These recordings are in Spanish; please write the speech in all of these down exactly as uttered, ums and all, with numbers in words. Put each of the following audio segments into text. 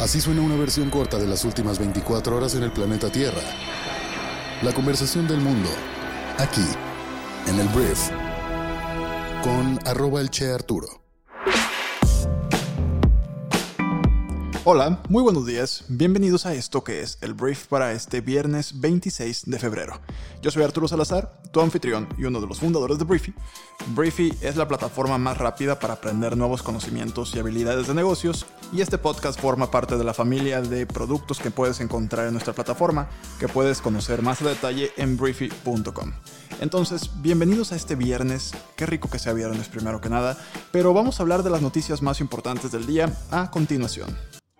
Así suena una versión corta de las últimas veinticuatro horas en el planeta Tierra. La conversación del mundo, aquí, en el Brief, con arroba el Che Arturo. Hola, muy buenos días, bienvenidos a esto que es el Brief para este viernes veintiséis de febrero. Yo soy Arturo Salazar, tu anfitrión y uno de los fundadores de Briefy. Briefy es la plataforma más rápida para aprender nuevos conocimientos y habilidades de negocios, y este podcast forma parte de la familia de productos que puedes encontrar en nuestra plataforma, que puedes conocer más a detalle en briefy punto com. Entonces, bienvenidos a este viernes, qué rico que sea viernes primero que nada, pero vamos a hablar de las noticias más importantes del día a continuación.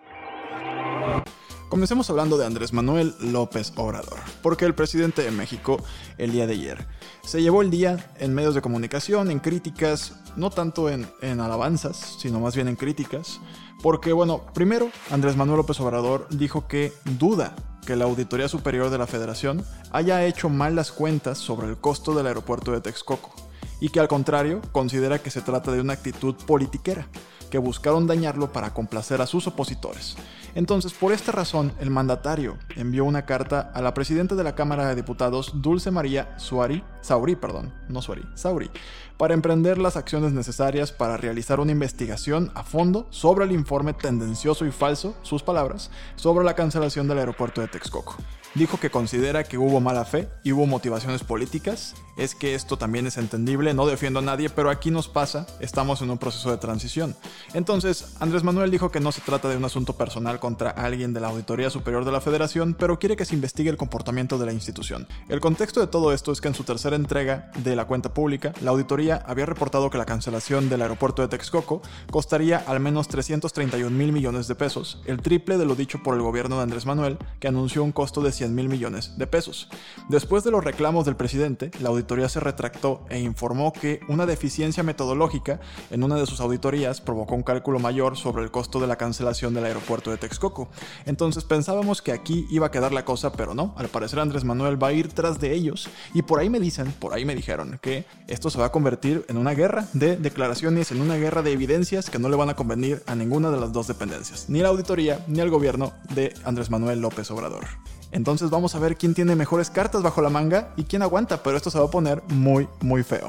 Comencemos hablando de Andrés Manuel López Obrador, porque el presidente de México, el día de ayer, se llevó el día en medios de comunicación, en críticas, no tanto en, en alabanzas, sino más bien en críticas, porque bueno, primero, Andrés Manuel López Obrador dijo que duda que la Auditoría Superior de la Federación haya hecho mal las cuentas sobre el costo del aeropuerto de Texcoco, y que al contrario, considera que se trata de una actitud politiquera, que buscaron dañarlo para complacer a sus opositores. Entonces, por esta razón, el mandatario envió una carta a la presidenta de la Cámara de Diputados, Dulce María Suari, Sauri, perdón, no Suari, Sauri, para emprender las acciones necesarias para realizar una investigación a fondo sobre el informe tendencioso y falso, sus palabras, sobre la cancelación del aeropuerto de Texcoco. Dijo que considera que hubo mala fe y hubo motivaciones políticas. Es que esto también es entendible, no defiendo a nadie, pero aquí nos pasa, estamos en un proceso de transición. Entonces, Andrés Manuel dijo que no se trata de un asunto personal contra alguien de la Auditoría Superior de la Federación, pero quiere que se investigue el comportamiento de la institución. El contexto de todo esto es que en su tercera entrega de la cuenta pública, la auditoría había reportado que la cancelación del aeropuerto de Texcoco costaría al menos trescientos treinta y un mil millones de pesos, el triple de lo dicho por el gobierno de Andrés Manuel, que anunció un costo de cien mil millones de pesos. Después de los reclamos del presidente, la auditoría se retractó e informó que una deficiencia metodológica en una de sus auditorías provocó un cálculo mayor sobre el costo de la cancelación del aeropuerto de Texcoco. Entonces pensábamos que aquí iba a quedar la cosa, pero no, al parecer Andrés Manuel va a ir tras de ellos, y por ahí me dicen, por ahí me dijeron que esto se va a convertir en una guerra de declaraciones, en una guerra de evidencias que no le van a convenir a ninguna de las dos dependencias, ni la auditoría ni al gobierno de Andrés Manuel López Obrador. Entonces vamos a ver quién tiene mejores cartas bajo la manga y quién aguanta, pero esto se va a poner muy, muy feo.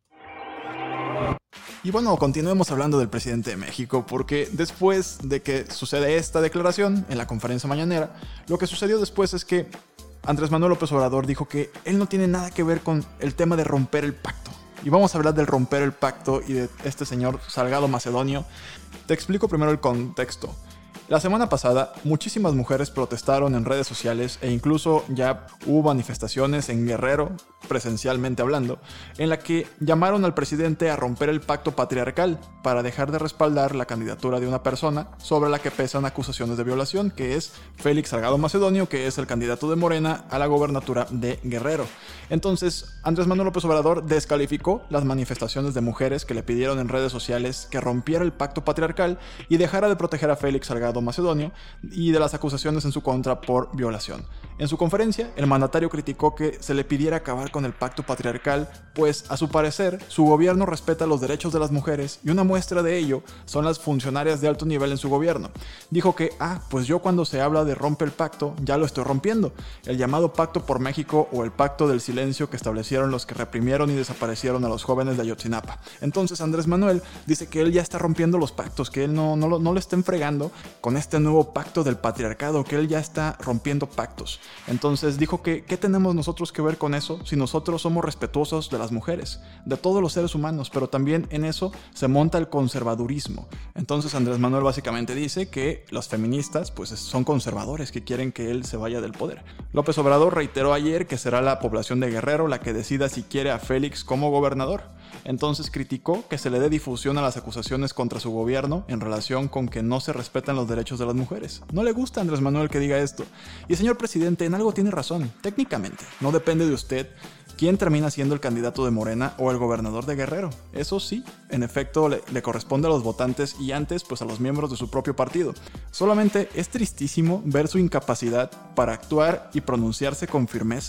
Y bueno, continuemos hablando del presidente de México, porque después de que sucede esta declaración en la conferencia mañanera, lo que sucedió después es que Andrés Manuel López Obrador dijo que él no tiene nada que ver con el tema de romper el pacto. Y vamos a hablar del romper el pacto y de este señor Salgado Macedonio. Te explico primero el contexto. La semana pasada, muchísimas mujeres protestaron en redes sociales e incluso ya hubo manifestaciones en Guerrero, presencialmente hablando, en la que llamaron al presidente a romper el pacto patriarcal para dejar de respaldar la candidatura de una persona sobre la que pesan acusaciones de violación, que es Félix Salgado Macedonio, que es el candidato de Morena a la gobernatura de Guerrero. Entonces, Andrés Manuel López Obrador descalificó las manifestaciones de mujeres que le pidieron en redes sociales que rompiera el pacto patriarcal y dejara de proteger a Félix Salgado Macedonio y de las acusaciones en su contra por violación. En su conferencia, el mandatario criticó que se le pidiera acabar con el pacto patriarcal, pues a su parecer su gobierno respeta los derechos de las mujeres y una muestra de ello son las funcionarias de alto nivel en su gobierno. Dijo que, ah, pues yo cuando se habla de rompe el pacto, ya lo estoy rompiendo, el llamado Pacto por México o el Pacto del Silencio que establecieron los que reprimieron y desaparecieron a los jóvenes de Ayotzinapa. Entonces Andrés Manuel dice que él ya está rompiendo los pactos, que él no, no, no lo está enfregando con este nuevo pacto del patriarcado, que él ya está rompiendo pactos. Entonces dijo que, ¿qué tenemos nosotros que ver con eso si nosotros somos respetuosos de las mujeres, de todos los seres humanos, pero también en eso se monta el conservadurismo? Entonces Andrés Manuel básicamente dice que los feministas pues son conservadores, que quieren que él se vaya del poder. López Obrador reiteró ayer que será la población de Guerrero la que decida si quiere a Félix como gobernador. Entonces criticó que se le dé difusión a las acusaciones contra su gobierno en relación con que no se respetan los derechos de las mujeres. No le gusta a Andrés Manuel que diga esto. Y señor presidente, en algo tiene razón. Técnicamente, no depende de usted quién termina siendo el candidato de Morena o el gobernador de Guerrero. Eso sí, en efecto le, le corresponde a los votantes y antes pues a los miembros de su propio partido. Solamente es tristísimo ver su incapacidad para actuar y pronunciarse con firmeza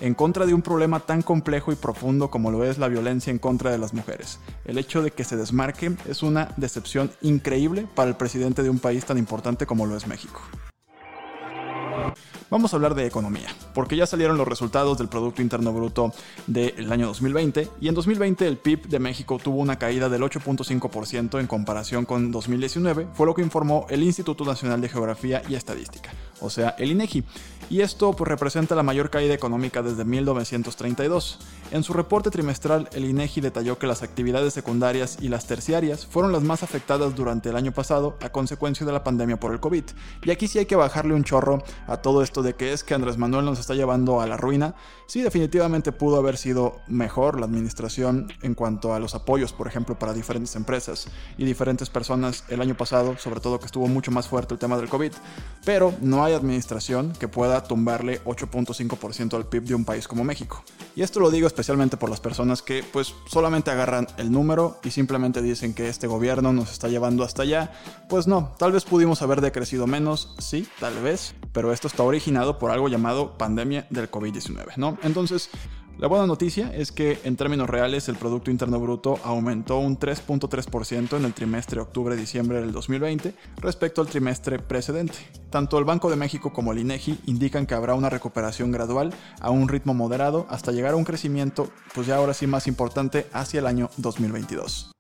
en contra de un problema tan complejo y profundo como lo es la violencia en contra de las mujeres. El hecho de que se desmarque es una decepción increíble para el presidente de un país tan importante como lo es México. Vamos a hablar de economía, porque ya salieron los resultados del Producto Interno Bruto del año dos mil veinte, y en dos mil veinte el P I B de México tuvo una caída del ocho punto cinco por ciento en comparación con dos mil diecinueve, fue lo que informó el Instituto Nacional de Geografía y Estadística, o sea, el INEGI, y esto pues, representa la mayor caída económica desde mil novecientos treinta y dos. En su reporte trimestral, el INEGI detalló que las actividades secundarias y las terciarias fueron las más afectadas durante el año pasado a consecuencia de la pandemia por el COVID, y aquí sí hay que bajarle un chorro a todo esto de que es que Andrés Manuel nos está llevando a la ruina. Sí, definitivamente pudo haber sido mejor la administración en cuanto a los apoyos, por ejemplo, para diferentes empresas y diferentes personas el año pasado, sobre todo que estuvo mucho más fuerte el tema del COVID, pero no hay administración que pueda tumbarle ocho punto cinco por ciento al P I B de un país como México. Y esto lo digo especialmente por las personas que pues solamente agarran el número y simplemente dicen que este gobierno nos está llevando hasta allá. Pues no, tal vez pudimos haber decrecido menos, sí, tal vez, pero esto está originado por algo llamado pandemia del COVID diecinueve, ¿no? Entonces, la buena noticia es que en términos reales el Producto Interno Bruto aumentó un tres punto tres por ciento en el trimestre octubre-diciembre del dos mil veinte respecto al trimestre precedente. Tanto el Banco de México como el INEGI indican que habrá una recuperación gradual a un ritmo moderado hasta llegar a un crecimiento, pues ya ahora sí más importante, hacia el año dos mil veintidós.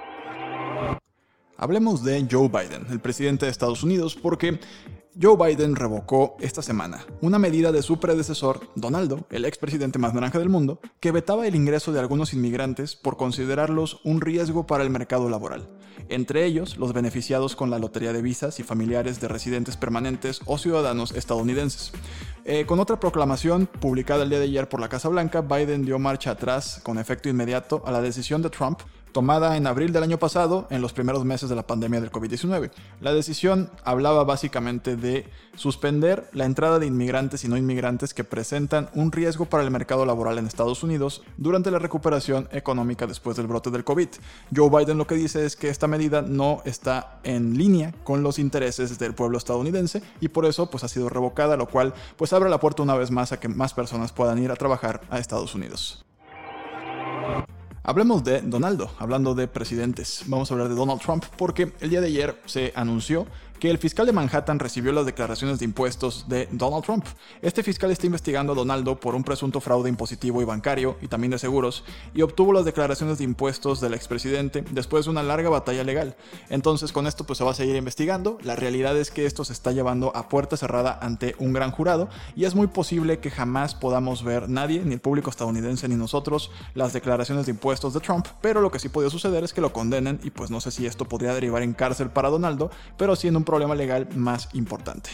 Hablemos de Joe Biden, el presidente de Estados Unidos, porque Joe Biden revocó esta semana una medida de su predecesor, Donaldo, el expresidente más naranja del mundo, que vetaba el ingreso de algunos inmigrantes por considerarlos un riesgo para el mercado laboral. Entre ellos, los beneficiados con la lotería de visas y familiares de residentes permanentes o ciudadanos estadounidenses. Eh, con otra proclamación publicada el día de ayer por la Casa Blanca, Biden dio marcha atrás con efecto inmediato a la decisión de Trump tomada en abril del año pasado, en los primeros meses de la pandemia del COVID diecinueve. La decisión hablaba básicamente de suspender la entrada de inmigrantes y no inmigrantes que presentan un riesgo para el mercado laboral en Estados Unidos durante la recuperación económica después del brote del COVID. Joe Biden lo que dice es que esta medida no está en línea con los intereses del pueblo estadounidense y por eso pues, ha sido revocada, lo cual pues abre la puerta una vez más a que más personas puedan ir a trabajar a Estados Unidos. Hablemos de Donaldo, hablando de presidentes. Vamos a hablar de Donald Trump porque el día de ayer se anunció que el fiscal de Manhattan recibió las declaraciones de impuestos de Donald Trump. Este fiscal está investigando a Donaldo por un presunto fraude impositivo y bancario y también de seguros y obtuvo las declaraciones de impuestos del expresidente después de una larga batalla legal. Entonces con esto pues se va a seguir investigando. La realidad es que esto se está llevando a puerta cerrada ante un gran jurado y es muy posible que jamás podamos ver nadie, ni el público estadounidense ni nosotros, las declaraciones de impuestos de Trump, pero lo que sí podría suceder es que lo condenen y pues no sé si esto podría derivar en cárcel para Donaldo, pero sí en un problema legal más importante.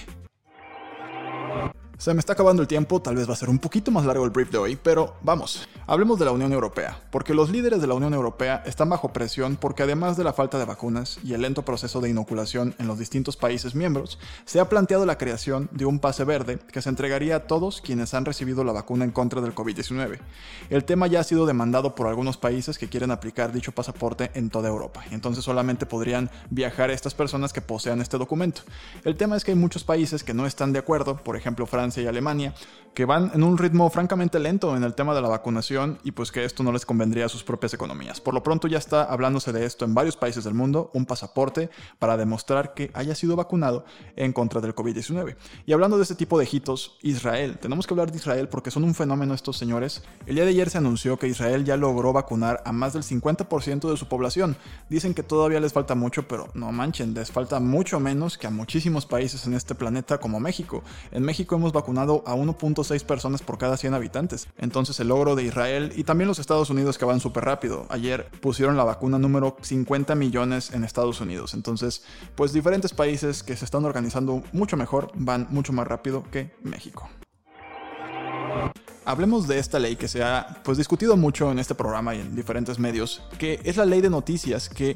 Se me está acabando el tiempo, tal vez va a ser un poquito más largo el brief de hoy, pero vamos, hablemos de la Unión Europea, porque los líderes de la Unión Europea están bajo presión porque además de la falta de vacunas y el lento proceso de inoculación en los distintos países miembros, se ha planteado la creación de un pase verde que se entregaría a todos quienes han recibido la vacuna en contra del COVID diecinueve. El tema ya ha sido demandado por algunos países que quieren aplicar dicho pasaporte en toda Europa, y entonces solamente podrían viajar estas personas que posean este documento. El tema es que hay muchos países que no están de acuerdo, por ejemplo Francia y Alemania, que van en un ritmo francamente lento en el tema de la vacunación y pues que esto no les convendría a sus propias economías. Por lo pronto ya está hablándose de esto en varios países del mundo, un pasaporte para demostrar que haya sido vacunado en contra del COVID diecinueve. Y hablando de este tipo de hitos, Israel, tenemos que hablar de Israel porque son un fenómeno estos señores. El día de ayer se anunció que Israel ya logró vacunar a más del cincuenta por ciento de su población. Dicen que todavía les falta mucho, pero no manchen, les falta mucho menos que a muchísimos países en este planeta como México. En México hemos vacunado a uno punto seis personas por cada cien habitantes. Entonces el logro de Israel y también los Estados Unidos que van súper rápido. Ayer pusieron la vacuna número cincuenta millones en Estados Unidos. Entonces, pues diferentes países que se están organizando mucho mejor van mucho más rápido que México. Hablemos de esta ley que se ha pues, discutido mucho en este programa y en diferentes medios, que es la ley de noticias que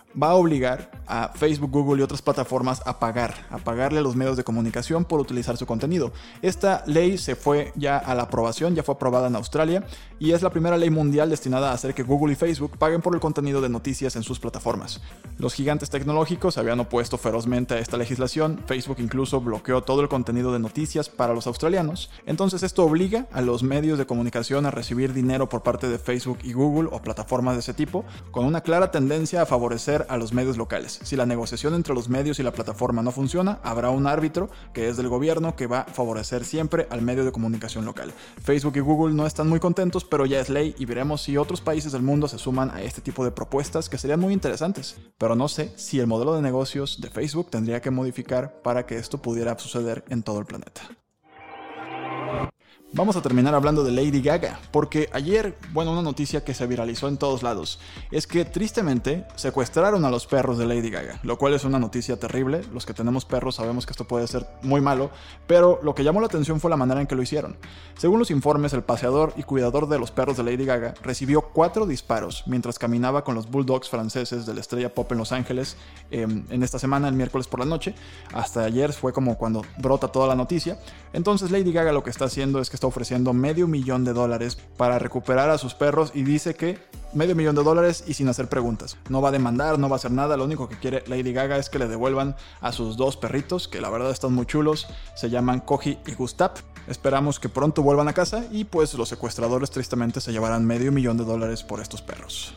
va a obligar a Facebook, Google y otras plataformas a pagar, a pagarle a los medios de comunicación por utilizar su contenido. Esta ley se fue ya a la aprobación, ya fue aprobada en Australia y es la primera ley mundial destinada a hacer que Google y Facebook paguen por el contenido de noticias en sus plataformas. Los gigantes tecnológicos se habían opuesto ferozmente a esta legislación, Facebook incluso bloqueó todo el contenido de noticias para los australianos, entonces esto obliga a los medios de comunicación a recibir dinero por parte de Facebook y Google o plataformas de ese tipo, con una clara tendencia a favorecer a los medios locales. Si la negociación entre los medios y la plataforma no funciona, habrá un árbitro, que es del gobierno, que va a favorecer siempre al medio de comunicación local. Facebook y Google no están muy contentos, pero ya es ley y veremos si otros países del mundo se suman a este tipo de propuestas que serían muy interesantes. Pero no sé si el modelo de negocios de Facebook tendría que modificar para que esto pudiera suceder en todo el planeta. Vamos a terminar hablando de Lady Gaga, porque ayer, bueno, una noticia que se viralizó en todos lados, es que tristemente secuestraron a los perros de Lady Gaga, lo cual es una noticia terrible. Los que tenemos perros sabemos que esto puede ser muy malo, pero lo que llamó la atención fue la manera en que lo hicieron. Según los informes, el paseador y cuidador de los perros de Lady Gaga recibió cuatro disparos mientras caminaba con los bulldogs franceses de la estrella pop en Los Ángeles eh, en esta semana, el miércoles por la noche. Hasta ayer fue como cuando brota toda la noticia. Entonces Lady Gaga lo que está haciendo es que está ofreciendo medio millón de dólares para recuperar a sus perros y dice que medio millón de dólares y sin hacer preguntas. No va a demandar, no va a hacer nada, lo único que quiere Lady Gaga es que le devuelvan a sus dos perritos, que la verdad están muy chulos, se llaman Koji y Gustav. Esperamos que pronto vuelvan a casa y pues los secuestradores tristemente se llevarán medio millón de dólares por estos perros.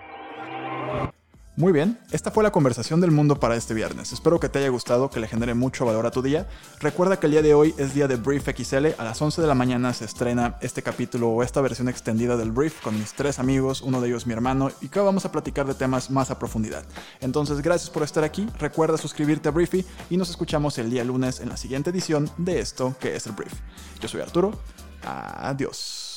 Muy bien, esta fue la conversación del mundo para este viernes. Espero que te haya gustado, que le genere mucho valor a tu día. Recuerda que el día de hoy es día de Brief X L. A las once de la mañana se estrena este capítulo o esta versión extendida del Brief con mis tres amigos, uno de ellos mi hermano, y que vamos a platicar de temas más a profundidad. Entonces, gracias por estar aquí. Recuerda suscribirte a Briefy y nos escuchamos el día lunes en la siguiente edición de esto que es el Brief. Yo soy Arturo. Adiós.